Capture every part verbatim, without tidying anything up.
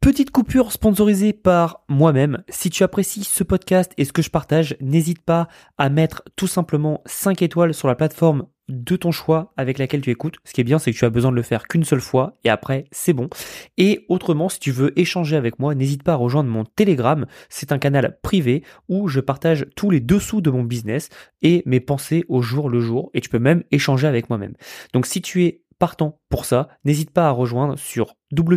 Petite coupure sponsorisée par moi-même. Si tu apprécies ce podcast et ce que je partage, n'hésite pas à mettre tout simplement cinq étoiles sur la plateforme de ton choix avec laquelle tu écoutes. Ce qui est bien, c'est que tu as besoin de le faire qu'une seule fois et après, c'est bon. Et autrement, si tu veux échanger avec moi, n'hésite pas à rejoindre mon Telegram. C'est un canal privé où je partage tous les dessous de mon business et mes pensées au jour le jour. Et tu peux même échanger avec moi-même. Donc si tu es partant pour ça, n'hésite pas à rejoindre sur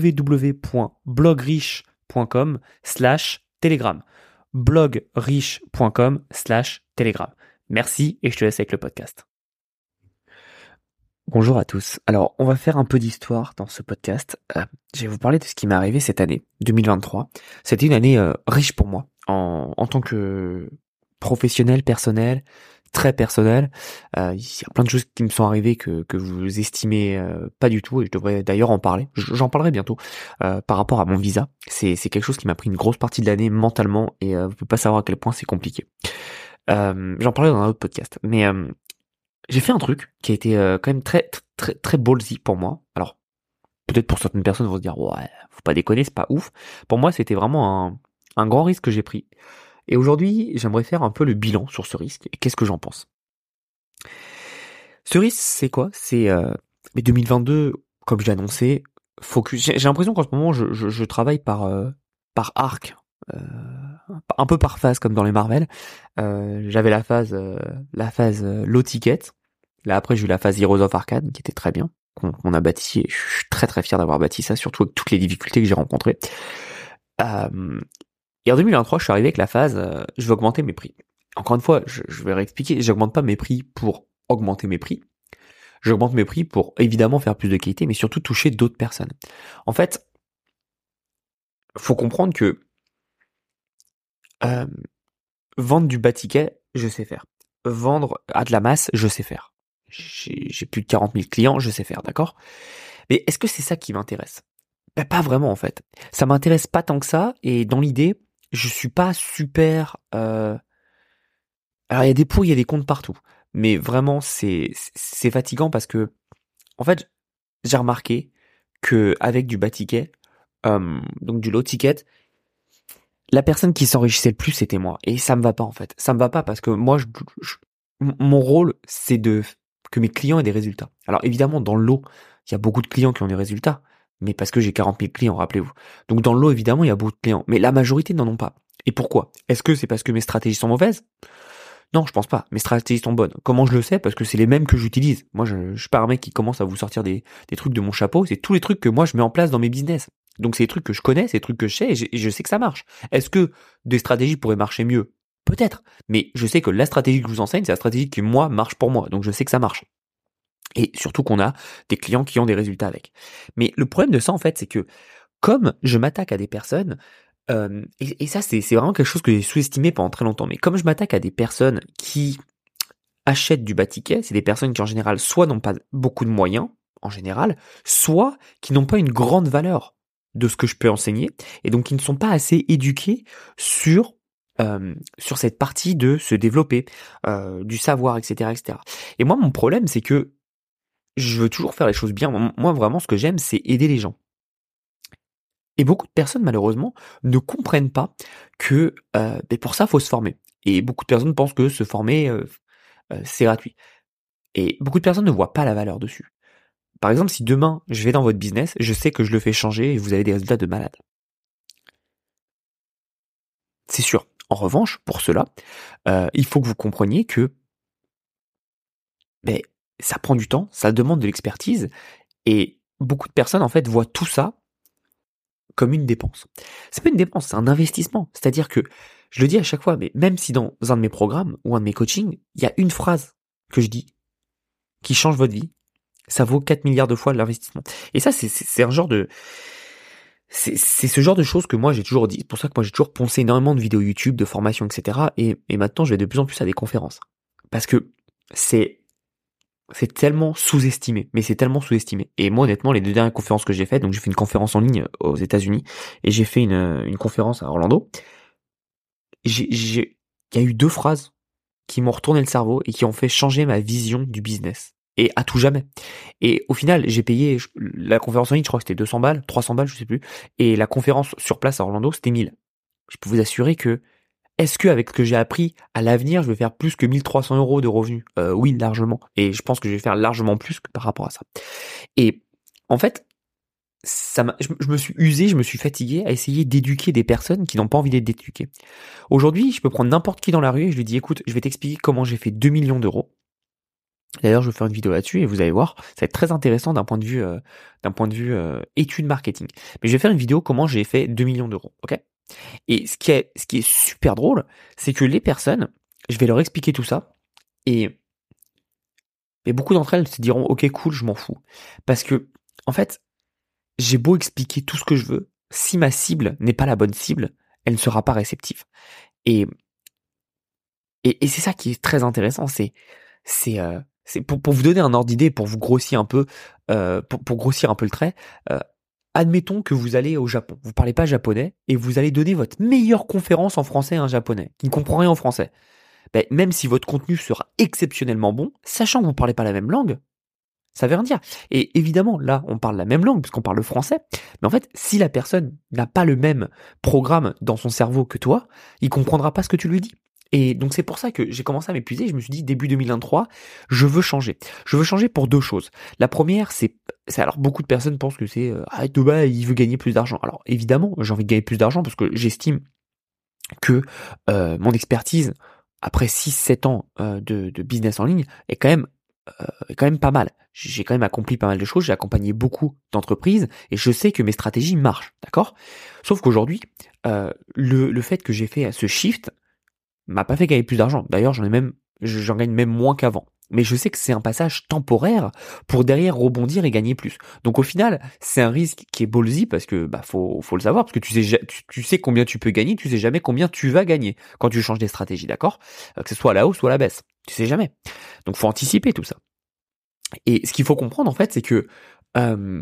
www.blogriche.com slash telegram. blogriche.com slash telegram. Merci et je te laisse avec le podcast. Bonjour à tous. Alors, on va faire un peu d'histoire dans ce podcast. Euh, je vais vous parler de ce qui m'est arrivé cette année, deux mille vingt-trois. C'était une année euh, riche pour moi, en, en tant que professionnel, personnel, très personnel. Euh, il y a plein de choses qui me sont arrivées que, que vous estimez euh, pas du tout, et je devrais d'ailleurs en parler. J'en parlerai bientôt euh, par rapport à mon visa. C'est, c'est quelque chose qui m'a pris une grosse partie de l'année mentalement, et euh, vous pouvez pas savoir à quel point c'est compliqué. Euh, j'en parlerai dans un autre podcast. Mais... Euh, j'ai fait un truc qui a été euh, quand même très très très ballsy pour moi. Alors peut-être pour certaines personnes vont se dire ouais, faut pas déconner, c'est pas ouf. Pour moi, c'était vraiment un un grand risque que j'ai pris. Et aujourd'hui, j'aimerais faire un peu le bilan sur ce risque et qu'est-ce que j'en pense. Ce risque, c'est quoi? C'est euh, mais deux mille vingt-deux, comme je l'ai annoncé, focus. J'ai, j'ai l'impression qu'en ce moment, je, je, je travaille par euh, par arc. Euh, un peu par phase comme dans les Marvel. Euh, j'avais la phase euh, la phase euh, low ticket. Là après j'ai eu la phase Heroes of Arcade qui était très bien, qu'on, qu'on a bâti, et je suis très très fier d'avoir bâti ça, surtout avec toutes les difficultés que j'ai rencontrées. Euh, et en deux mille vingt-trois je suis arrivé avec la phase euh, je vais augmenter mes prix. Encore une fois, je, je vais réexpliquer, j'augmente pas mes prix pour augmenter mes prix. J'augmente mes prix pour évidemment faire plus de qualité, mais surtout toucher d'autres personnes. En fait, faut comprendre que Euh, vendre du bas ticket, je sais faire. Vendre à de la masse, je sais faire. J'ai, j'ai plus de quarante mille clients, je sais faire, d'accord? Mais est-ce que c'est ça qui m'intéresse? Ben, pas vraiment en fait. Ça m'intéresse pas tant que ça, et dans l'idée, je suis pas super... Euh... Alors il y a des pour, il y a des contre partout. Mais vraiment, c'est, c'est fatigant parce que, en fait, j'ai remarqué que avec du bas ticket, euh, donc du low ticket, la personne qui s'enrichissait le plus, c'était moi. Et ça me va pas, en fait. Ça me va pas parce que moi, je, je- mon rôle, c'est de que mes clients aient des résultats. Alors, évidemment, dans le lot, il y a beaucoup de clients qui ont des résultats. Mais parce que j'ai quarante mille clients, rappelez-vous. Donc, dans le lot, évidemment, il y a beaucoup de clients. Mais la majorité n'en ont pas. Et pourquoi? Est-ce que c'est parce que mes stratégies sont mauvaises? Non, je pense pas. Mes stratégies sont bonnes. Comment je le sais? Parce que c'est les mêmes que j'utilise. Moi, je, je suis pas un mec qui commence à vous sortir des, des trucs de mon chapeau. C'est tous les trucs que moi, je mets en place dans mes business. Donc, c'est des trucs que je connais, c'est des trucs que je sais, et je, et je sais que ça marche. Est-ce que des stratégies pourraient marcher mieux? Peut-être. Mais je sais que la stratégie que je vous enseigne, c'est la stratégie qui, moi, marche pour moi. Donc, je sais que ça marche. Et surtout qu'on a des clients qui ont des résultats avec. Mais le problème de ça, en fait, c'est que comme je m'attaque à des personnes, euh, et, et ça, c'est, c'est vraiment quelque chose que j'ai sous-estimé pendant très longtemps, mais comme je m'attaque à des personnes qui achètent du bas ticket, c'est des personnes qui en général soit n'ont pas beaucoup de moyens, en général, soit qui n'ont pas une grande valeur de ce que je peux enseigner, et donc qui ne sont pas assez éduqués sur euh, sur cette partie de se développer, euh, du savoir, et cetera, et cetera. Et moi, mon problème, c'est que je veux toujours faire les choses bien. Moi, vraiment, ce que j'aime, c'est aider les gens. Et beaucoup de personnes, malheureusement, ne comprennent pas que euh, ben pour ça, faut se former. Et beaucoup de personnes pensent que se former, euh, euh, c'est gratuit. Et beaucoup de personnes ne voient pas la valeur dessus. Par exemple, si demain, je vais dans votre business, je sais que je le fais changer et vous avez des résultats de malade. C'est sûr. En revanche, pour cela, euh, il faut que vous compreniez que ben, ça prend du temps, ça demande de l'expertise, et beaucoup de personnes, en fait, voient tout ça comme une dépense. C'est pas une dépense, c'est un investissement. C'est-à-dire que, je le dis à chaque fois, mais même si dans un de mes programmes ou un de mes coachings, il y a une phrase que je dis qui change votre vie, ça vaut quatre milliards de fois l'investissement. Et ça, c'est, c'est, c'est un genre de... C'est, c'est ce genre de choses que moi j'ai toujours dit. C'est pour ça que moi j'ai toujours poncé énormément de vidéos YouTube, de formations, et cetera. Et, et maintenant je vais de plus en plus à des conférences. Parce que c'est... C'est tellement sous-estimé, mais c'est tellement sous-estimé. Et moi, honnêtement, les deux dernières conférences que j'ai faites, donc j'ai fait une conférence en ligne aux États-Unis et j'ai fait une, une conférence à Orlando. J'ai, j'ai, il y a eu deux phrases qui m'ont retourné le cerveau et qui ont fait changer ma vision du business. Et à tout jamais. Et au final, j'ai payé je- la conférence en ligne, je crois que c'était deux cents balles, trois cents balles, je sais plus. Et la conférence sur place à Orlando, c'était mille. Je peux vous assurer que, est-ce que avec ce que j'ai appris, à l'avenir, je vais faire plus que mille trois cents euros de revenus? Euh, oui, largement. Et je pense que je vais faire largement plus que par rapport à ça. Et en fait, ça m'a, je, je me suis usé, je me suis fatigué à essayer d'éduquer des personnes qui n'ont pas envie d'être éduquées. Aujourd'hui, je peux prendre n'importe qui dans la rue et je lui dis, écoute, je vais t'expliquer comment j'ai fait deux millions d'euros. D'ailleurs, je vais faire une vidéo là-dessus et vous allez voir, ça va être très intéressant d'un point de vue, euh, d'un point de vue euh, étude marketing. Mais je vais faire une vidéo comment j'ai fait deux millions d'euros, ok? Et ce qui est, ce qui est super drôle, c'est que les personnes, je vais leur expliquer tout ça et, et beaucoup d'entre elles se diront, ok, cool, je m'en fous, parce que en fait, j'ai beau expliquer tout ce que je veux, si ma cible n'est pas la bonne cible, elle ne sera pas réceptive. Et et, et c'est ça qui est très intéressant, c'est c'est euh, c'est pour pour vous donner un ordre d'idée, pour vous grossir un peu, euh, pour pour grossir un peu le trait. euh, Admettons que vous allez au Japon, vous parlez pas japonais et vous allez donner votre meilleure conférence en français à un japonais qui ne comprend rien en français. Ben, même si votre contenu sera exceptionnellement bon, sachant que vous parlez pas la même langue, ça veut rien dire. Et évidemment, là, on parle la même langue puisqu'on parle le français. Mais en fait, si la personne n'a pas le même programme dans son cerveau que toi, il comprendra pas ce que tu lui dis. Et donc c'est pour ça que j'ai commencé à m'épuiser. Je me suis dit début deux mille vingt-trois, je veux changer. Je veux changer pour deux choses. La première, c'est, c'est alors beaucoup de personnes pensent que c'est euh, ah Thomas, il veut gagner plus d'argent. Alors évidemment, j'ai envie de gagner plus d'argent parce que j'estime que euh, mon expertise après six sept ans euh, de, de business en ligne est quand même euh, est quand même pas mal. J'ai quand même accompli pas mal de choses, j'ai accompagné beaucoup d'entreprises et je sais que mes stratégies marchent, d'accord? Sauf qu'aujourd'hui, euh, le, le fait que j'ai fait ce shift m'a pas fait gagner plus d'argent. D'ailleurs, j'en ai même, j'en gagne même moins qu'avant. Mais je sais que c'est un passage temporaire pour derrière rebondir et gagner plus. Donc au final, c'est un risque qui est ballsy parce que bah faut faut le savoir parce que tu sais ja- tu, tu sais combien tu peux gagner, tu sais jamais combien tu vas gagner quand tu changes des stratégies, d'accord? Euh, Que ce soit à la hausse ou à la baisse, tu sais jamais. Donc faut anticiper tout ça. Et ce qu'il faut comprendre en fait, c'est que euh,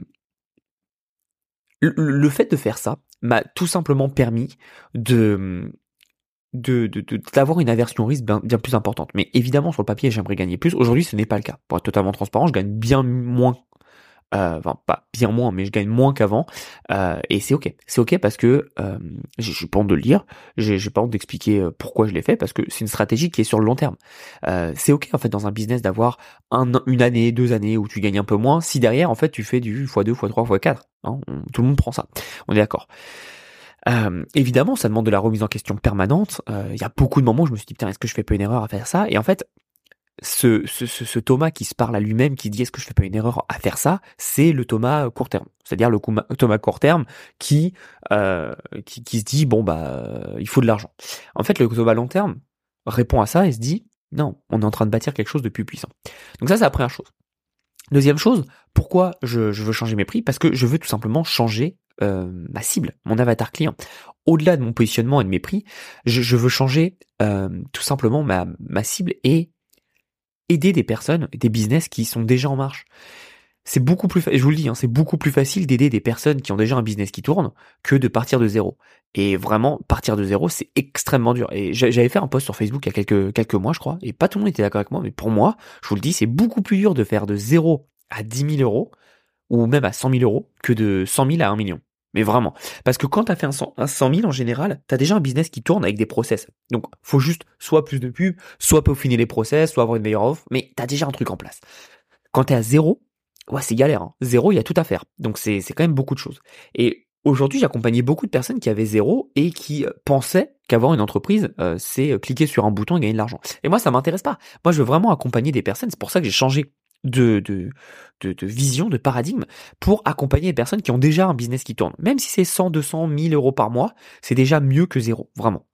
le, le fait de faire ça m'a tout simplement permis de de, de, de- d'avoir une aversion au risque bien, bien plus importante. Mais évidemment, sur le papier, j'aimerais gagner plus. Aujourd'hui, ce n'est pas le cas. Pour être totalement transparent, je gagne bien moins. Euh, enfin, pas bien moins, mais je gagne moins qu'avant. Euh, et c'est ok. C'est ok parce que euh, j'ai j'ai pas honte de le dire. J'ai j'ai pas honte d'expliquer euh, pourquoi je l'ai fait parce que c'est une stratégie qui est sur le long terme. Euh, c'est ok en fait dans un business d'avoir un, une année, deux années où tu gagnes un peu moins. Si derrière en fait tu fais du fois deux, fois trois, fois quatre. Hein, on- tout le monde prend ça. On est d'accord. Euh, évidemment, ça demande de la remise en question permanente. Euh, Il y a beaucoup de moments où je me suis dit, putain, est-ce que je fais pas une erreur à faire ça? Et en fait, ce, ce, ce, ce Thomas qui se parle à lui-même, qui dit, est-ce que je fais pas une erreur à faire ça? C'est le Thomas court terme. C'est-à-dire le Kuma- Thomas court terme qui, euh, qui, qui se dit, bon, bah, euh, il faut de l'argent. En fait, le Thomas long terme répond à ça et se dit, non, on est en train de bâtir quelque chose de plus puissant. Donc ça, c'est la première chose. Deuxième chose, pourquoi je, je veux changer mes prix? Parce que je veux tout simplement changer euh, ma cible, mon avatar client. Au-delà de mon positionnement et de mes prix, je, je veux changer euh, tout simplement ma, ma cible et aider des personnes, des business qui sont déjà en marche. C'est beaucoup plus, fa- je vous le dis, hein, c'est beaucoup plus facile d'aider des personnes qui ont déjà un business qui tourne que de partir de zéro. Et vraiment, partir de zéro, c'est extrêmement dur. Et j'a- j'avais fait un post sur Facebook il y a quelques, quelques mois, je crois, et pas tout le monde était d'accord avec moi, mais pour moi, je vous le dis, c'est beaucoup plus dur de faire de zéro à dix mille euros, ou même à cent mille euros, que de cent mille à un million. Mais vraiment. Parce que quand t'as fait un cent, un cent mille en général, t'as déjà un business qui tourne avec des process. Donc, faut juste soit plus de pubs, soit peaufiner les process, soit avoir une meilleure offre, mais t'as déjà un truc en place. Quand t'es à zéro, ouais, c'est galère. Hein. Zéro, il y a tout à faire. Donc c'est c'est quand même beaucoup de choses. Et aujourd'hui, j'ai accompagné beaucoup de personnes qui avaient zéro et qui euh, pensaient qu'avoir une entreprise, euh, c'est euh, cliquer sur un bouton et gagner de l'argent. Et moi, ça m'intéresse pas. Moi, je veux vraiment accompagner des personnes. C'est pour ça que j'ai changé de, de, de, de vision, de paradigme, pour accompagner des personnes qui ont déjà un business qui tourne. Même si c'est cent, deux cents, mille euros par mois, c'est déjà mieux que zéro, vraiment.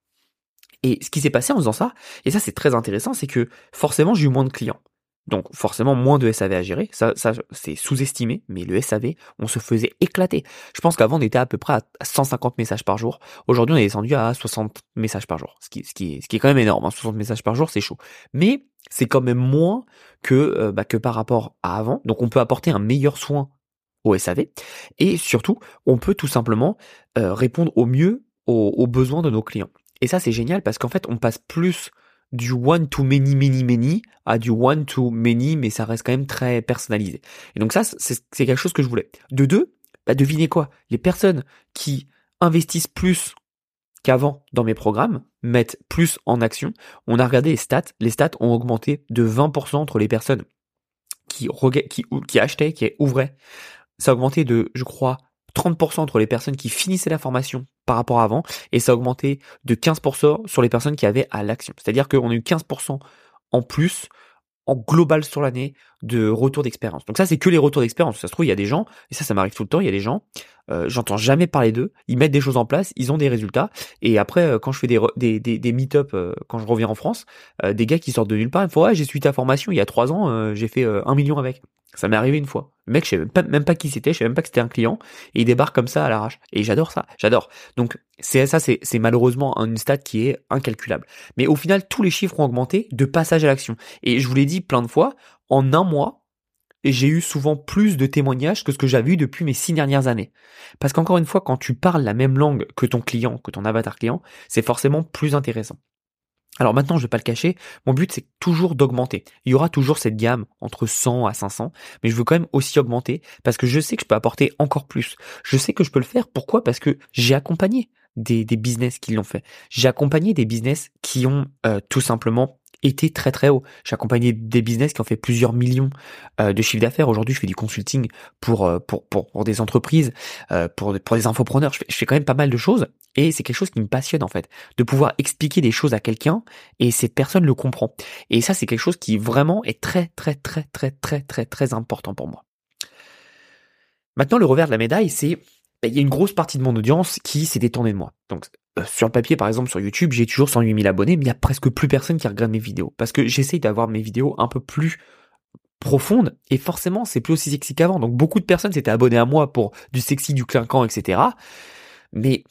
Et ce qui s'est passé en faisant ça, et ça c'est très intéressant, c'est que forcément j'ai eu moins de clients. Donc forcément moins de S A V à gérer, ça, ça c'est sous-estimé, mais le S A V, on se faisait éclater. Je pense qu'avant on était à peu près à cent cinquante messages par jour. Aujourd'hui on est descendu à soixante messages par jour, ce qui, ce qui, est, ce qui est quand même énorme. Hein. soixante messages par jour c'est chaud. Mais c'est quand même moins que, euh, bah, que par rapport à avant. Donc on peut apporter un meilleur soin au S A V. Et surtout, on peut tout simplement euh, répondre au mieux aux, aux besoins de nos clients. Et ça, c'est génial parce qu'en fait, on passe plus du one to many, many, many à du one to many, mais ça reste quand même très personnalisé. Et donc ça, c'est, c'est quelque chose que je voulais. De deux, bah devinez quoi? Les personnes qui investissent plus qu'avant dans mes programmes, mettent plus en action. On a regardé les stats. Les stats ont augmenté de vingt pour cent entre les personnes qui, rega- qui, qui achetaient, qui ouvraient. Ça a augmenté de, je crois, trente pour cent entre les personnes qui finissaient la formation par rapport à avant, et ça a augmenté de quinze pour cent sur les personnes qui avaient à l'action. C'est-à-dire qu'on a eu quinze pour cent en plus en global sur l'année de retour d'expérience. Donc ça, c'est que les retours d'expérience. Ça se trouve, il y a des gens, et ça, ça m'arrive tout le temps, il y a des gens, euh, j'entends jamais parler d'eux, ils mettent des choses en place, ils ont des résultats, et après, euh, quand je fais des, re- des, des, des meet-up, euh, quand je reviens en France, euh, des gars qui sortent de nulle part, ils me font « Ouais, j'ai suivi ta formation, il y a trois ans, euh, j'ai fait euh, un million avec. » Ça m'est arrivé une fois. Le mec, je sais même pas, même pas qui c'était, je sais même pas que c'était un client, et il débarque comme ça à l'arrache. Et j'adore ça, j'adore. Donc, c'est ça, c'est, c'est malheureusement une stat qui est incalculable. Mais au final, tous les chiffres ont augmenté de passage à l'action. Et je vous l'ai dit plein de fois, en un mois, j'ai eu souvent plus de témoignages que ce que j'avais eu depuis mes six dernières années. Parce qu'encore une fois, quand tu parles la même langue que ton client, que ton avatar client, c'est forcément plus intéressant. Alors maintenant, je vais pas le cacher, mon but c'est toujours d'augmenter. Il y aura toujours cette gamme entre cent à cinq cents, mais je veux quand même aussi augmenter parce que je sais que je peux apporter encore plus. Je sais que je peux le faire. Pourquoi? Parce que j'ai accompagné des, des business qui l'ont fait. J'ai accompagné des business qui ont euh, tout simplement été très très haut. J'ai accompagné des business qui ont fait plusieurs millions euh, de chiffre d'affaires. Aujourd'hui, je fais du consulting pour euh, pour, pour pour des entreprises, euh, pour pour des infopreneurs. Je fais, je fais quand même pas mal de choses et c'est quelque chose qui me passionne en fait, de pouvoir expliquer des choses à quelqu'un et cette personne le comprend. Et ça, c'est quelque chose qui vraiment est très très très très très très très important pour moi. Maintenant, le revers de la médaille, c'est il y a une grosse partie de mon audience qui s'est détournée de moi. Donc, euh, sur le papier, par exemple, sur YouTube, j'ai toujours cent huit mille abonnés, mais il y a presque plus personne qui regarde mes vidéos. Parce que j'essaye d'avoir mes vidéos un peu plus profondes, et forcément, c'est plus aussi sexy qu'avant. Donc, beaucoup de personnes s'étaient abonnées à moi pour du sexy, du clinquant, et cetera. Mais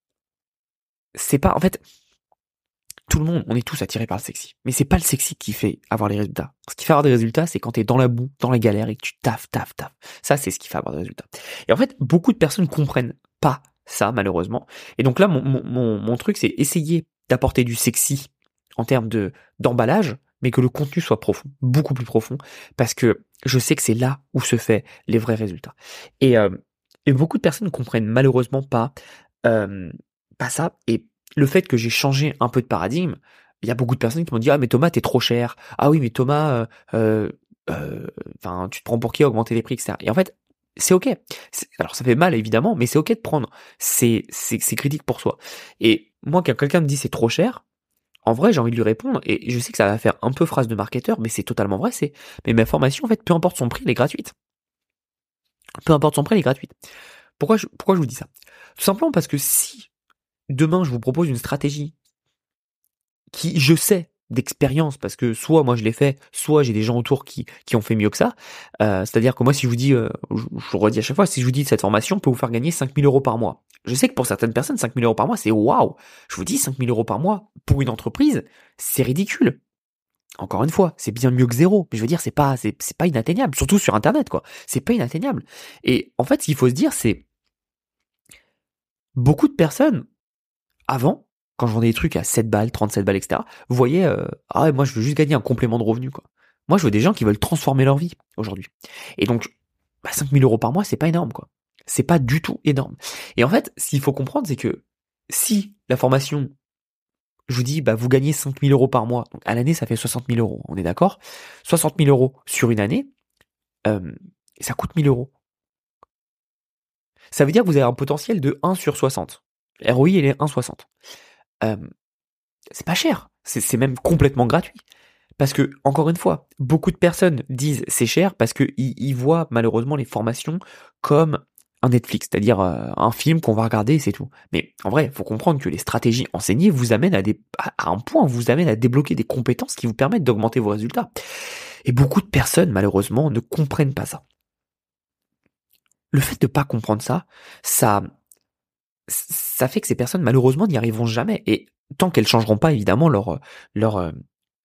c'est pas, en fait, tout le monde, on est tous attirés par le sexy. Mais c'est pas le sexy qui fait avoir les résultats. Ce qui fait avoir des résultats, c'est quand t'es dans la boue, dans la galère et que tu taffes, taffes, taffes. Ça, c'est ce qui fait avoir des résultats. Et en fait, beaucoup de personnes comprennent pas ça, malheureusement. Et donc là, mon, mon, mon, mon truc, c'est essayer d'apporter du sexy en termes de, d'emballage, mais que le contenu soit profond, beaucoup plus profond, parce que je sais que c'est là où se fait les vrais résultats. Et, euh, et beaucoup de personnes ne comprennent malheureusement pas, euh, pas ça. Et le fait que j'ai changé un peu de paradigme, il y a beaucoup de personnes qui m'ont dit « Ah mais Thomas, t'es trop cher. Ah oui mais Thomas, euh, euh, enfin tu te prends pour qui à augmenter les prix, et cetera » Et en fait, c'est ok. C'est- alors ça fait mal évidemment, mais c'est ok de prendre ces, ces, ces critiques pour soi. Et moi, quand quelqu'un me dit c'est trop cher, en vrai j'ai envie de lui répondre, et je sais que ça va faire un peu phrase de marketeur, mais c'est totalement vrai, c'est mais ma formation en fait, peu importe son prix, elle est gratuite. Peu importe son prix, elle est gratuite. Pourquoi je, pourquoi je vous dis ça? Tout simplement parce que si demain je vous propose une stratégie qui, je sais d'expérience, parce que soit moi je l'ai fait, soit j'ai des gens autour qui, qui ont fait mieux que ça, euh, c'est-à-dire que moi si je vous dis, euh, je, je le redis à chaque fois, si je vous dis cette formation peut vous faire gagner cinq mille euros par mois, je sais que pour certaines personnes cinq mille euros par mois c'est waouh, je vous dis cinq mille euros par mois pour une entreprise, c'est ridicule. Encore une fois, c'est bien mieux que zéro, mais je veux dire c'est pas c'est, c'est pas inatteignable, surtout sur internet quoi, c'est pas inatteignable. Et en fait ce qu'il faut se dire c'est beaucoup de personnes avant, quand je vendais des trucs à sept balles, trente-sept balles, et cetera, vous voyez, euh, ah ouais, moi je veux juste gagner un complément de revenu, quoi. Moi je veux des gens qui veulent transformer leur vie aujourd'hui. Et donc, bah, cinq mille euros par mois, c'est pas énorme, quoi. C'est pas du tout énorme. Et en fait, ce qu'il faut comprendre, c'est que si la formation, je vous dis, bah, vous gagnez cinq mille euros par mois, donc à l'année, ça fait soixante mille euros, on est d'accord? soixante mille euros sur une année, euh, ça coûte mille euros. Ça veut dire que vous avez un potentiel de un sur soixante. R O I, il est un virgule soixante. Euh, c'est pas cher. C'est, c'est même complètement gratuit. Parce que, encore une fois, beaucoup de personnes disent c'est cher parce qu'ils ils voient malheureusement les formations comme un Netflix, c'est-à-dire euh, un film qu'on va regarder et c'est tout. Mais en vrai, il faut comprendre que les stratégies enseignées vous amènent à, des, à, à un point, vous amènent à débloquer des compétences qui vous permettent d'augmenter vos résultats. Et beaucoup de personnes, malheureusement, ne comprennent pas ça. Le fait de pas comprendre ça, ça, ça fait que ces personnes, malheureusement, n'y arriveront jamais. Et tant qu'elles changeront pas, évidemment, leur, leur, euh,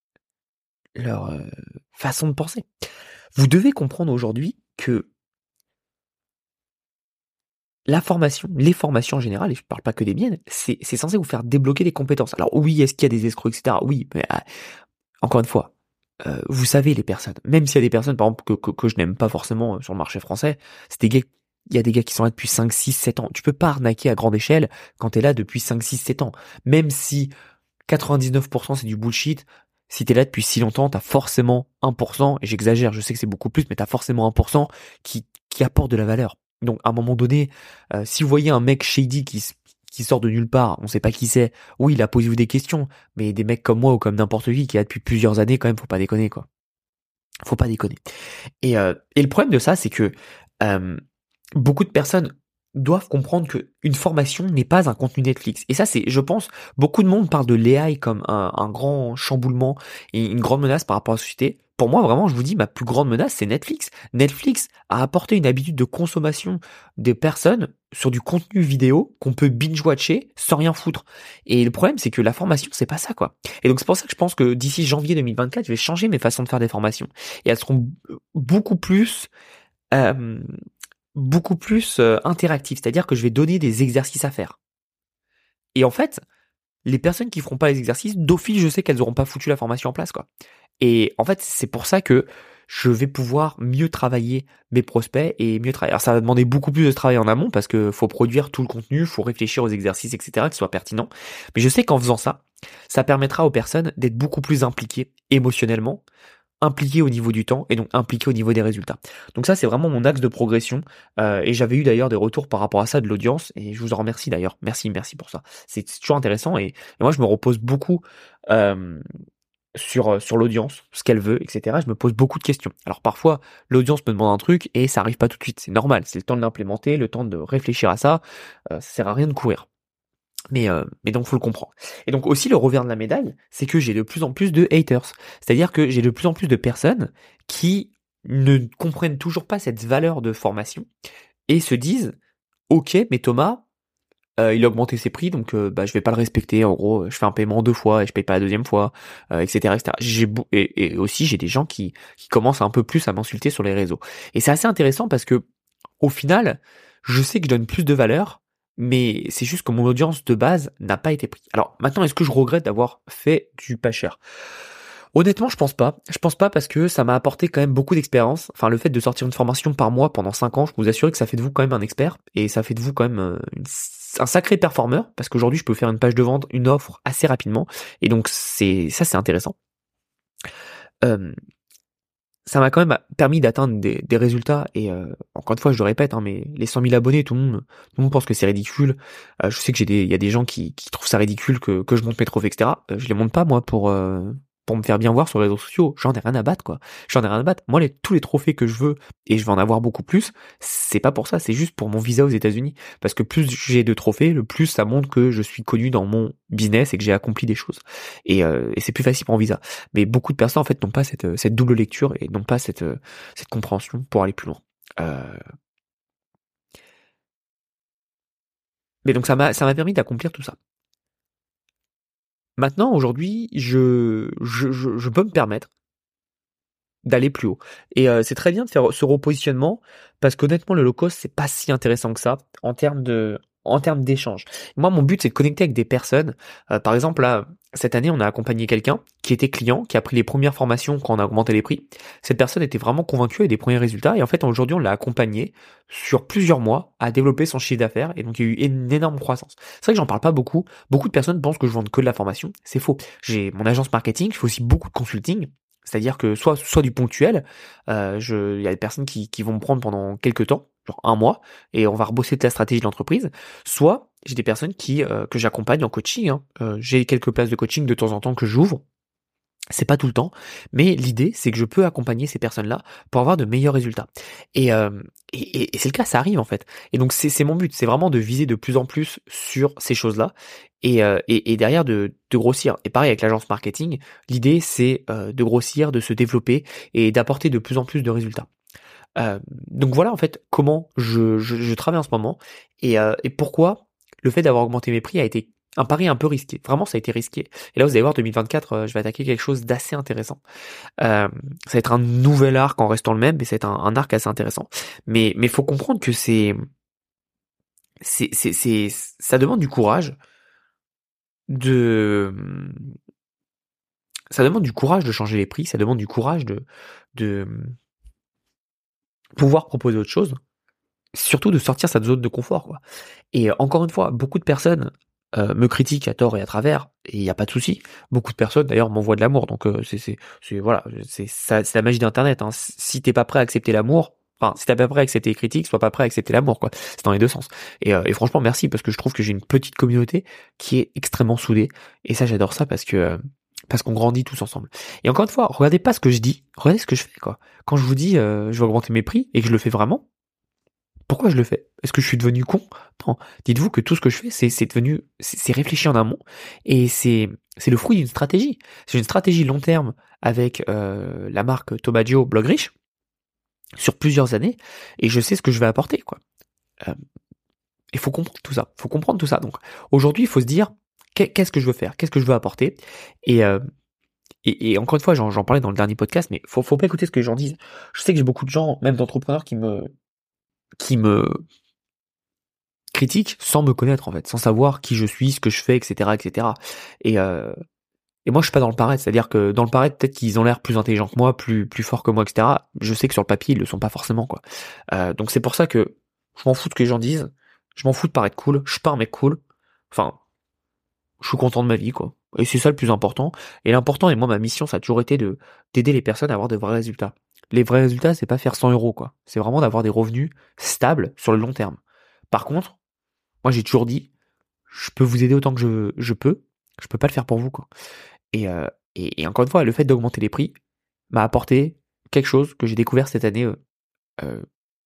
leur euh, façon de penser. Vous devez comprendre aujourd'hui que la formation, les formations en général, et je parle pas que des miennes, c'est, c'est censé vous faire débloquer des compétences. Alors oui, est-ce qu'il y a des escrocs, et cetera. Oui, mais euh, encore une fois, euh, vous savez les personnes. Même s'il y a des personnes, par exemple, que, que, que je n'aime pas forcément euh, sur le marché français, c'est des gars, il y a des gars qui sont là depuis cinq, six, sept ans. Tu peux pas arnaquer à grande échelle quand t'es là depuis cinq, six, sept ans. Même si quatre-vingt-dix-neuf pour cent c'est du bullshit, si t'es là depuis si longtemps, t'as forcément un pour cent, et j'exagère, je sais que c'est beaucoup plus, mais t'as forcément un pour cent qui, qui apporte de la valeur. Donc à un moment donné, euh, si vous voyez un mec shady qui, s- qui sort de nulle part, on sait pas qui c'est, oui, il a posé vous des questions, mais des mecs comme moi ou comme n'importe qui qui a depuis plusieurs années, quand même, faut pas déconner, quoi. Faut pas déconner. Et, euh, et le problème de ça, c'est que euh, beaucoup de personnes doivent comprendre que une formation n'est pas un contenu Netflix. Et ça, c'est, je pense, beaucoup de monde parle de l'A I comme un, un grand chamboulement et une grande menace par rapport à la société. Pour moi, vraiment, je vous dis, ma plus grande menace, c'est Netflix. Netflix a apporté une habitude de consommation des personnes sur du contenu vidéo qu'on peut binge-watcher sans rien foutre. Et le problème, c'est que la formation, c'est pas ça, quoi. Et donc, c'est pour ça que je pense que d'ici janvier deux mille vingt-quatre, je vais changer mes façons de faire des formations. Et elles seront beaucoup plus euh, beaucoup plus euh, interactif, c'est-à-dire que je vais donner des exercices à faire. Et en fait, les personnes qui feront pas les exercices, d'office, je sais qu'elles auront pas foutu la formation en place, quoi. Et en fait, c'est pour ça que je vais pouvoir mieux travailler mes prospects et mieux travailler. Alors, ça va demander beaucoup plus de travail en amont parce que faut produire tout le contenu, faut réfléchir aux exercices, et cetera, qu'ils soient pertinents. Mais je sais qu'en faisant ça, ça permettra aux personnes d'être beaucoup plus impliquées émotionnellement, impliqué au niveau du temps et donc impliqué au niveau des résultats. Donc ça, c'est vraiment mon axe de progression euh, et j'avais eu d'ailleurs des retours par rapport à ça de l'audience et je vous en remercie d'ailleurs. Merci, merci pour ça. C'est c'est toujours intéressant et, et moi, je me repose beaucoup euh, sur sur l'audience, ce qu'elle veut, et cetera. Je me pose beaucoup de questions. Alors parfois, l'audience me demande un truc et ça arrive pas tout de suite. C'est normal, c'est le temps de l'implémenter, le temps de réfléchir à ça. Euh, ça sert à rien de courir. Mais, euh, mais donc faut le comprendre. Et donc aussi le revers de la médaille, c'est que j'ai de plus en plus de haters. C'est-à-dire que j'ai de plus en plus de personnes qui ne comprennent toujours pas cette valeur de formation et se disent ok, mais Thomas, euh, il a augmenté ses prix, donc euh, bah, je vais pas le respecter. En gros, je fais un paiement deux fois et je paye pas la deuxième fois, euh, et cetera, et cetera. J'ai beau- et, et aussi j'ai des gens qui, qui commencent un peu plus à m'insulter sur les réseaux. Et c'est assez intéressant parce que au final, je sais que je donne plus de valeur, mais c'est juste que mon audience de base n'a pas été prise. Alors maintenant, est-ce que je regrette d'avoir fait du pas cher? Honnêtement, je pense pas. Je pense pas parce que ça m'a apporté quand même beaucoup d'expérience. Enfin, le fait de sortir une formation par mois pendant cinq ans, je peux vous assurer que ça fait de vous quand même un expert et ça fait de vous quand même euh, une- un sacré performeur parce qu'aujourd'hui, je peux faire une page de vente, une offre assez rapidement et donc c'est ça, c'est intéressant. Euh, Ça m'a quand même permis d'atteindre des, des résultats et euh, encore une fois je le répète hein, mais les cent mille abonnés tout le monde tout le monde pense que c'est ridicule. Euh, je sais que j'ai des il y a des gens qui, qui trouvent ça ridicule que, que je monte mes trophées, etc. Euh, je les monte pas moi pour euh, pour me faire bien voir sur les réseaux sociaux. J'en ai rien à battre, quoi. J'en ai rien à battre. Moi, les, tous les trophées que je veux, et je vais en avoir beaucoup plus, c'est pas pour ça, c'est juste pour mon visa aux États-Unis. Parce que plus j'ai de trophées, le plus ça montre que je suis connu dans mon business et que j'ai accompli des choses. Et, euh, et c'est plus facile pour mon visa. Mais beaucoup de personnes, en fait, n'ont pas cette, cette double lecture et n'ont pas cette, cette compréhension pour aller plus loin. Euh... Mais donc ça m'a, ça m'a permis d'accomplir tout ça. Maintenant, aujourd'hui, je, je, je, je peux me permettre d'aller plus haut. Et euh, c'est très bien de faire ce repositionnement parce qu'honnêtement, le low cost, c'est pas si intéressant que ça en termes de en termes d'échange. Moi, mon but, c'est de connecter avec des personnes. Euh, par exemple, là, cette année, on a accompagné quelqu'un qui était client, qui a pris les premières formations quand on a augmenté les prix. Cette personne était vraiment convaincue avec des premiers résultats. Et en fait, aujourd'hui, on l'a accompagné sur plusieurs mois à développer son chiffre d'affaires. Et donc, il y a eu une énorme croissance. C'est vrai que j'en parle pas beaucoup. Beaucoup de personnes pensent que je vends que de la formation. C'est faux. J'ai mon agence marketing, je fais aussi beaucoup de consulting. C'est-à-dire que soit soit du ponctuel, euh, je, il y a des personnes qui, qui vont me prendre pendant quelques temps, genre un mois, et on va rebosser toute la stratégie de l'entreprise. Soit j'ai des personnes qui euh, que j'accompagne en coaching. Hein. Euh, j'ai quelques places de coaching de temps en temps que j'ouvre. C'est pas tout le temps, mais l'idée c'est que je peux accompagner ces personnes-là pour avoir de meilleurs résultats. Et, euh, et, et- et c'est le cas, ça arrive en fait. Et donc c'est c'est mon but, c'est vraiment de viser de plus en plus sur ces choses-là et, euh, et, et derrière de, de grossir. Et pareil avec l'agence marketing, l'idée c'est euh, de grossir, de se développer et d'apporter de plus en plus de résultats. Euh, donc voilà en fait comment je, je, je travaille en ce moment et, euh, et pourquoi le fait d'avoir augmenté mes prix a été un pari un peu risqué. Vraiment, ça a été risqué. Et là, vous allez voir, deux mille vingt-quatre, euh, je vais attaquer quelque chose d'assez intéressant. Euh, ça va être un nouvel arc en restant le même, mais c'est un, un arc assez intéressant. Mais mais faut comprendre que c'est c'est, c'est, c'est, ça demande du courage de, ça demande du courage de changer les prix, ça demande du courage de, de pouvoir proposer autre chose, surtout de sortir sa zone de confort, quoi. Et euh, encore une fois, beaucoup de personnes euh, me critiquent à tort et à travers, et il n'y a pas de souci. Beaucoup de personnes d'ailleurs m'envoient de l'amour, donc euh, c'est, c'est, c'est voilà, c'est ça, c'est la magie d'Internet. Hein. Si t'es pas prêt à accepter l'amour, enfin, si t'es pas prêt à accepter les critiques, sois pas prêt à accepter l'amour, quoi. C'est dans les deux sens. Et, euh, et franchement, merci parce que je trouve que j'ai une petite communauté qui est extrêmement soudée, et ça, j'adore ça parce que euh, parce qu'on grandit tous ensemble. Et encore une fois, regardez pas ce que je dis, regardez ce que je fais, quoi. Quand je vous dis, euh, je vais augmenter mes prix et que je le fais vraiment. Pourquoi je le fais? Est-ce que je suis devenu con? Non. Dites-vous que tout ce que je fais, c'est, c'est devenu, c'est, c'est réfléchi en amont et c'est, c'est le fruit d'une stratégie. C'est une stratégie long terme avec euh, la marque Tomaggio Blog Rich sur plusieurs années et je sais ce que je vais apporter, quoi. Euh, Il faut comprendre tout ça. Il faut comprendre tout ça. Donc aujourd'hui, il faut se dire qu'est-ce que je veux faire, qu'est-ce que je veux apporter et euh, et, et encore une fois, j'en, j'en parlais dans le dernier podcast, mais faut, faut pas écouter ce que les gens disent. Je sais que j'ai beaucoup de gens, même d'entrepreneurs, qui me qui me critique sans me connaître en fait, sans savoir qui je suis, ce que je fais, et cetera, et cetera. Et euh, et moi je suis pas dans le paraître, c'est-à-dire que dans le paraître peut-être qu'ils ont l'air plus intelligents que moi, plus plus forts que moi, et cetera. Je sais que sur le papier ils le sont pas forcément, quoi. Euh, donc c'est pour ça que je m'en fous de ce que les gens disent, je m'en fous de paraître cool, je suis pas un mec cool. Enfin, je suis content de ma vie, quoi. Et c'est ça le plus important. Et l'important, et moi ma mission ça a toujours été de d'aider les personnes à avoir de vrais résultats. Les vrais résultats, c'est pas faire cent euros, quoi. C'est vraiment d'avoir des revenus stables sur le long terme. Par contre, moi, j'ai toujours dit, je peux vous aider autant que je, je peux, je peux pas le faire pour vous, quoi. Et, euh, et, et encore une fois, le fait d'augmenter les prix m'a apporté quelque chose que j'ai découvert cette année. Euh, euh,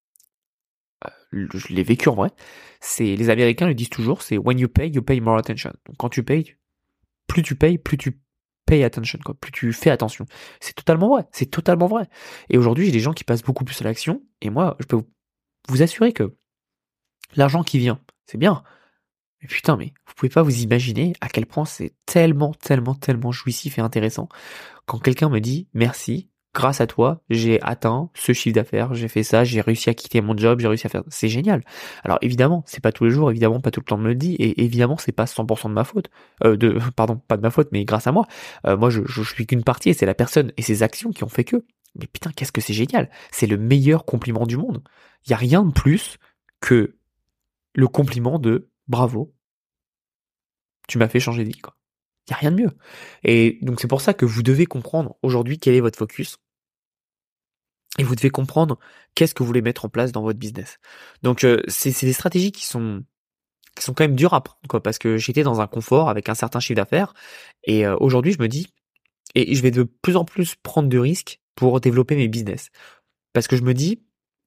je l'ai vécu en vrai. C'est les Américains le disent toujours, c'est when you pay, you pay more attention. Donc quand tu payes, plus tu payes, plus tu pay attention, quoi. Plus tu fais attention. C'est totalement vrai. C'est totalement vrai. Et aujourd'hui, j'ai des gens qui passent beaucoup plus à l'action. Et moi, je peux vous, vous assurer que l'argent qui vient, c'est bien. Mais putain, mais vous pouvez pas vous imaginer à quel point c'est tellement, tellement, tellement jouissif et intéressant quand quelqu'un me dit merci, grâce à toi, j'ai atteint ce chiffre d'affaires, j'ai fait ça, j'ai réussi à quitter mon job, j'ai réussi à faire. C'est génial. Alors évidemment, c'est pas tous les jours, évidemment, pas tout le temps me le dit, et évidemment, c'est pas cent pour cent de ma faute, euh, de, pardon, pas de ma faute, mais grâce à moi. Euh, moi, je, je suis qu'une partie, et c'est la personne et ses actions qui ont fait que. Mais putain, qu'est-ce que c'est génial. C'est le meilleur compliment du monde. Il y a rien de plus que le compliment de bravo, tu m'as fait changer de vie, quoi. Il y a rien de mieux. Et donc c'est pour ça que vous devez comprendre aujourd'hui quel est votre focus et vous devez comprendre qu'est-ce que vous voulez mettre en place dans votre business. Donc euh, c'est c'est des stratégies qui sont qui sont quand même dures à prendre, quoi, parce que j'étais dans un confort avec un certain chiffre d'affaires et euh, aujourd'hui je me dis et je vais de plus en plus prendre de risques pour développer mes business parce que je me dis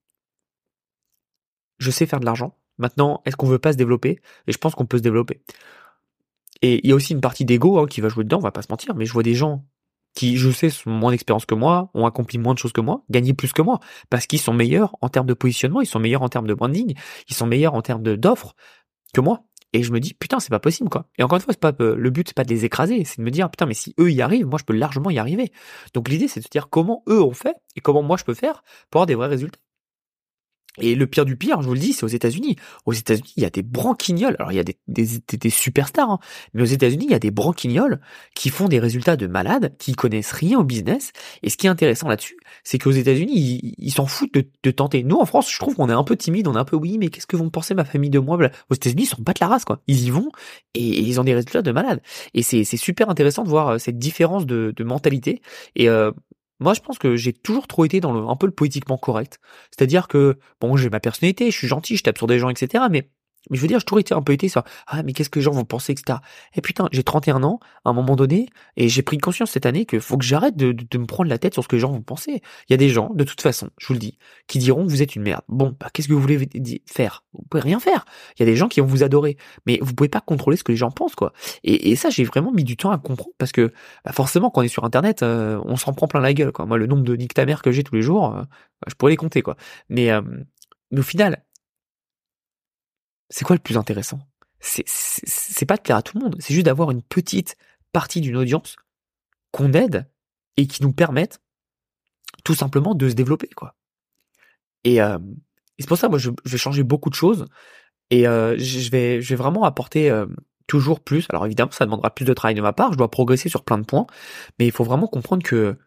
je sais faire de l'argent. Maintenant, est-ce qu'on veut pas se développer? Et je pense qu'on peut se développer. Et il y a aussi une partie d'ego, hein, qui va jouer dedans, on va pas se mentir, mais je vois des gens qui, je sais, sont moins d'expérience que moi, ont accompli moins de choses que moi, gagné plus que moi, parce qu'ils sont meilleurs en termes de positionnement, ils sont meilleurs en termes de branding, ils sont meilleurs en termes de d'offres que moi. Et je me dis, putain, c'est pas possible, quoi. Et encore une fois, c'est pas, euh, le but, c'est pas de les écraser, c'est de me dire, putain, mais si eux y arrivent, moi, je peux largement y arriver. Donc l'idée, c'est de se dire comment eux ont fait et comment moi je peux faire pour avoir des vrais résultats. Et le pire du pire, je vous le dis, c'est aux États-Unis. Aux États-Unis, il y a des branquignoles. Alors, il y a des, des, des, des superstars, hein, mais aux États-Unis, il y a des branquignoles qui font des résultats de malades, qui connaissent rien au business. Et ce qui est intéressant là-dessus, c'est qu'aux États-Unis, ils ils s'en foutent de, de tenter. Nous, en France, je trouve qu'on est un peu timide, on est un peu oui, mais qu'est-ce que vont penser ma famille de moi? Aux États-Unis, ils s'en battent la race, quoi. Ils y vont et, et ils ont des résultats de malades. Et c'est c'est super intéressant de voir euh, cette différence de, de mentalité. Et euh, moi, je pense que j'ai toujours trop été dans le, un peu le politiquement correct. C'est-à-dire que, bon, j'ai ma personnalité, je suis gentil, je tape sur des gens, et cetera. Mais, mais je veux dire, j'ai toujours été un peu été ça. Ah, mais qu'est-ce que les gens vont penser, et cetera. Et putain, j'ai trente et un ans, à un moment donné, et j'ai pris conscience cette année que faut que j'arrête de, de, de me prendre la tête sur ce que les gens vont penser. Il y a des gens, de toute façon, je vous le dis, qui diront que vous êtes une merde. Bon, bah, qu'est-ce que vous voulez di- faire? Vous pouvez rien faire. Il y a des gens qui vont vous adorer. Mais vous pouvez pas contrôler ce que les gens pensent, quoi. Et, et ça, j'ai vraiment mis du temps à comprendre parce que, bah forcément, quand on est sur Internet, euh, on s'en prend plein la gueule, quoi. Moi, le nombre de nique ta mère que j'ai tous les jours, euh, je pourrais les compter, quoi. Mais, euh, mais au final, c'est quoi le plus intéressant? C'est, c'est, c'est pas de plaire à tout le monde, c'est juste d'avoir une petite partie d'une audience qu'on aide et qui nous permettent tout simplement de se développer, quoi. Et, euh, et c'est pour ça, moi, je, je vais changer beaucoup de choses Et euh, je vais, je vais vraiment apporter euh, toujours plus. Alors évidemment, ça demandera plus de travail de ma part. Je dois progresser sur plein de points, mais il faut vraiment comprendre que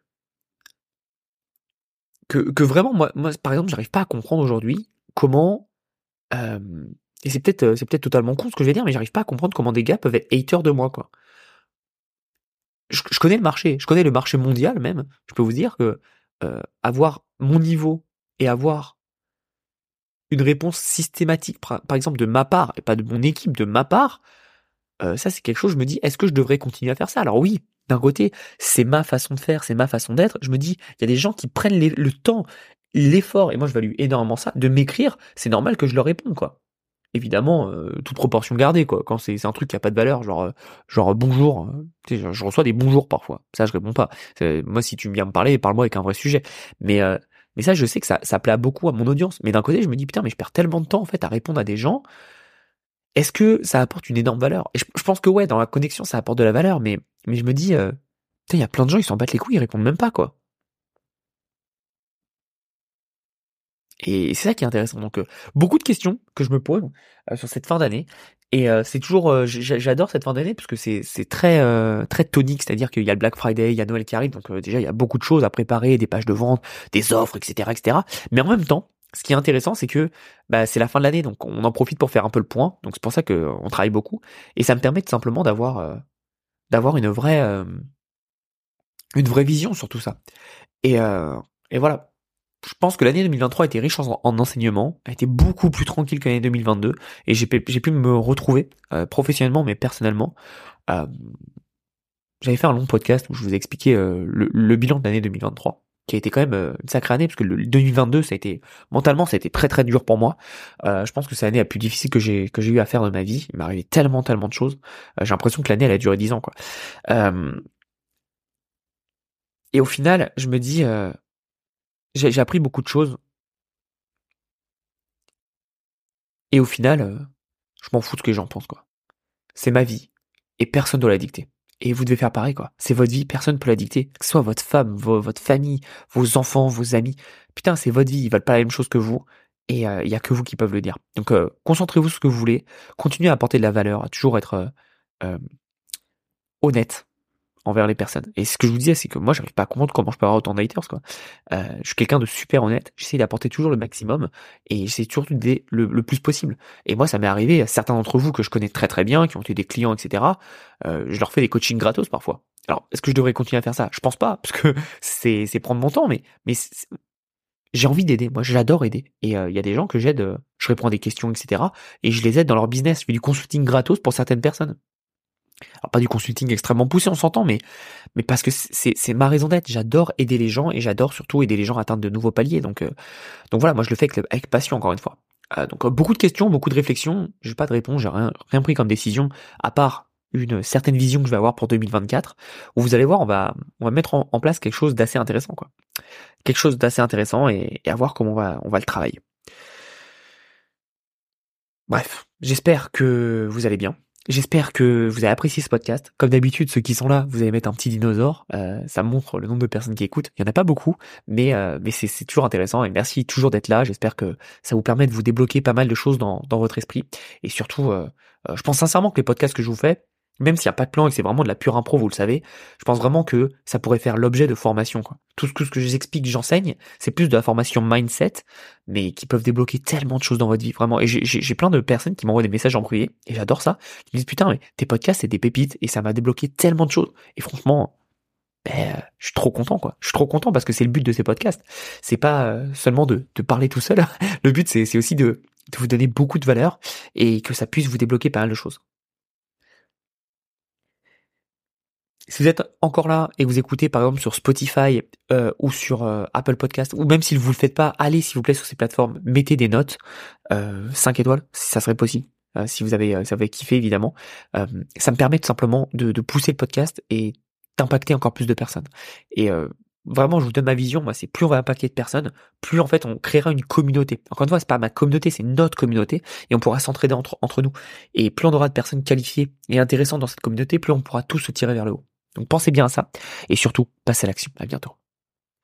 que, que vraiment, moi, moi, par exemple, j'arrive pas à comprendre aujourd'hui comment. euh, et c'est peut-être, euh, c'est peut-être totalement con ce que je vais dire, mais j'arrive pas à comprendre comment des gars peuvent être haters de moi, quoi. Je, je connais le marché, je connais le marché mondial même. Je peux vous dire que euh, avoir mon niveau et avoir une réponse systématique, par, par exemple de ma part et pas de mon équipe, de ma part. Euh, ça, c'est quelque chose, je me dis, est-ce que je devrais continuer à faire ça? Alors oui, d'un côté, c'est ma façon de faire, c'est ma façon d'être. Je me dis, il y a des gens qui prennent les- le temps, l'effort, et moi je value énormément ça, de m'écrire, c'est normal que je leur réponde, quoi. Évidemment, euh, toute proportion gardée, quoi. Quand c'est c'est un truc qui a pas de valeur, genre euh, genre bonjour, euh, tu sais, je, je reçois des bonjours parfois. Ça, je réponds pas. C'est- Moi, si tu viens me parler, parle-moi avec un vrai sujet. Mais euh, mais ça, je sais que ça ça plaît à beaucoup à mon audience. Mais d'un côté, je me dis putain, mais je perds tellement de temps en fait à répondre à des gens. Est-ce que ça apporte une énorme valeur? Et je, je pense que ouais, dans la connexion, ça apporte de la valeur, mais, mais je me dis, euh, putain, il y a plein de gens, ils s'en battent les couilles, ils répondent même pas, quoi. Et c'est ça qui est intéressant. Donc, euh, beaucoup de questions que je me pose euh, sur cette fin d'année. Et euh, c'est toujours, euh, j- j'adore cette fin d'année parce que c'est c'est très euh, très tonique, c'est-à-dire qu'il y a le Black Friday, il y a Noël qui arrive, donc euh, déjà il y a beaucoup de choses à préparer, des pages de vente, des offres, et cetera, et cetera. Mais en même temps, ce qui est intéressant, c'est que bah, c'est la fin de l'année, donc on en profite pour faire un peu le point. Donc c'est pour ça que on travaille beaucoup, et ça me permet tout simplement d'avoir euh, d'avoir une vraie euh, une vraie vision sur tout ça. Et euh, et voilà. Je pense que l'année deux mille vingt-trois a été riche en, en enseignement, a été beaucoup plus tranquille que l'année deux mille vingt-deux, et j'ai pu- j'ai pu me retrouver euh, professionnellement mais personnellement. Euh, J'avais fait un long podcast où je vous ai expliqué euh, le, le bilan de l'année deux mille vingt-trois, qui a été quand même euh, une sacrée année parce que le deux mille vingt-deux ça a été mentalement ça a été très très dur pour moi. Euh, je pense que c'est l'année la plus difficile que j'ai que j'ai eu à faire de ma vie. Il m'est arrivé tellement tellement de choses. Euh, j'ai l'impression que l'année elle a duré dix ans, quoi. Euh, et au final, je me dis euh, j'ai j'ai appris beaucoup de choses, et au final, euh, je m'en fous de ce que les gens pensent, quoi. C'est ma vie, et personne doit la dicter. Et vous devez faire pareil, quoi. C'est votre vie, personne ne peut la dicter. Que ce soit votre femme, vo- votre famille, vos enfants, vos amis. Putain, c'est votre vie, ils veulent pas la même chose que vous, et il euh, y a que vous qui peuvent le dire. Donc, euh, concentrez-vous sur ce que vous voulez, continuez à apporter de la valeur, à toujours être euh, euh, honnête envers les personnes. Et ce que je vous disais, c'est que moi, j'arrive pas à comprendre comment je peux avoir autant de haters, quoi. Euh, je suis quelqu'un de super honnête, j'essaie d'apporter toujours le maximum, et j'essaie toujours d'aider le, le plus possible. Et moi, ça m'est arrivé à certains d'entre vous que je connais très très bien, qui ont été des clients, et cetera. Euh, je leur fais des coachings gratos parfois. Alors, est-ce que je devrais continuer à faire ça? Je pense pas, parce que c'est, c'est prendre mon temps, mais, mais c'est- j'ai envie d'aider. Moi, j'adore aider. Et euh, il y a des gens que j'aide, euh, je réponds à des questions, et cetera. Et je les aide dans leur business. Je fais du consulting gratos pour certaines personnes. Alors, pas du consulting extrêmement poussé, on s'entend, mais mais parce que c'est c'est ma raison d'être. J'adore aider les gens, et j'adore surtout aider les gens à atteindre de nouveaux paliers. Donc euh, donc voilà, moi je le fais avec, avec passion, encore une fois. Euh, donc euh, beaucoup de questions, beaucoup de réflexions. J'ai pas de réponse, j'ai rien rien pris comme décision à part une certaine vision que je vais avoir pour deux mille vingt-quatre, où vous allez voir, on va on va mettre en, en place quelque chose d'assez intéressant, quoi. Quelque chose d'assez intéressant, et, et à voir comment on va on va le travailler. Bref, j'espère que vous allez bien. J'espère que vous avez apprécié ce podcast. Comme d'habitude, ceux qui sont là, vous allez mettre un petit dinosaure. Euh, ça montre le nombre de personnes qui écoutent. Il y en a pas beaucoup, mais euh, mais c'est c'est toujours intéressant. Et merci toujours d'être là. J'espère que ça vous permet de vous débloquer pas mal de choses dans dans votre esprit. Et surtout, euh, euh, je pense sincèrement que les podcasts que je vous fais, même s'il n'y a pas de plan et que c'est vraiment de la pure impro, vous le savez, je pense vraiment que ça pourrait faire l'objet de formation, quoi. Tout ce que, ce que je vous explique, j'enseigne, c'est plus de la formation mindset, mais qui peuvent débloquer tellement de choses dans votre vie, vraiment. Et j'ai j'ai- j'ai plein de personnes qui m'envoient des messages en privé, et j'adore ça. Ils me disent, putain, mais tes podcasts, c'est des pépites, et ça m'a débloqué tellement de choses. Et franchement, ben, je suis trop content, quoi. Je suis trop content parce que c'est le but de ces podcasts. C'est pas euh, seulement de, de parler tout seul. Le but, c'est c'est aussi de, de vous donner beaucoup de valeur, et que ça puisse vous débloquer pas mal de choses. Si vous êtes encore là et que vous écoutez par exemple sur Spotify euh, ou sur euh, Apple Podcast, ou même si vous le faites pas, allez s'il vous plaît sur ces plateformes, mettez des notes, euh, cinq étoiles, si ça serait possible, euh, si vous avez, euh, si vous avez kiffé évidemment. Euh, ça me permet tout simplement de, de pousser le podcast et d'impacter encore plus de personnes. Et euh, vraiment, je vous donne ma vision, moi c'est plus on va impacter de personnes, plus en fait on créera une communauté. Encore une fois, c'est pas ma communauté, c'est notre communauté, et on pourra s'entraider entre, entre nous. Et plus on aura de personnes qualifiées et intéressantes dans cette communauté, plus on pourra tous se tirer vers le haut. Donc pensez bien à ça, et surtout, passez à l'action. À bientôt.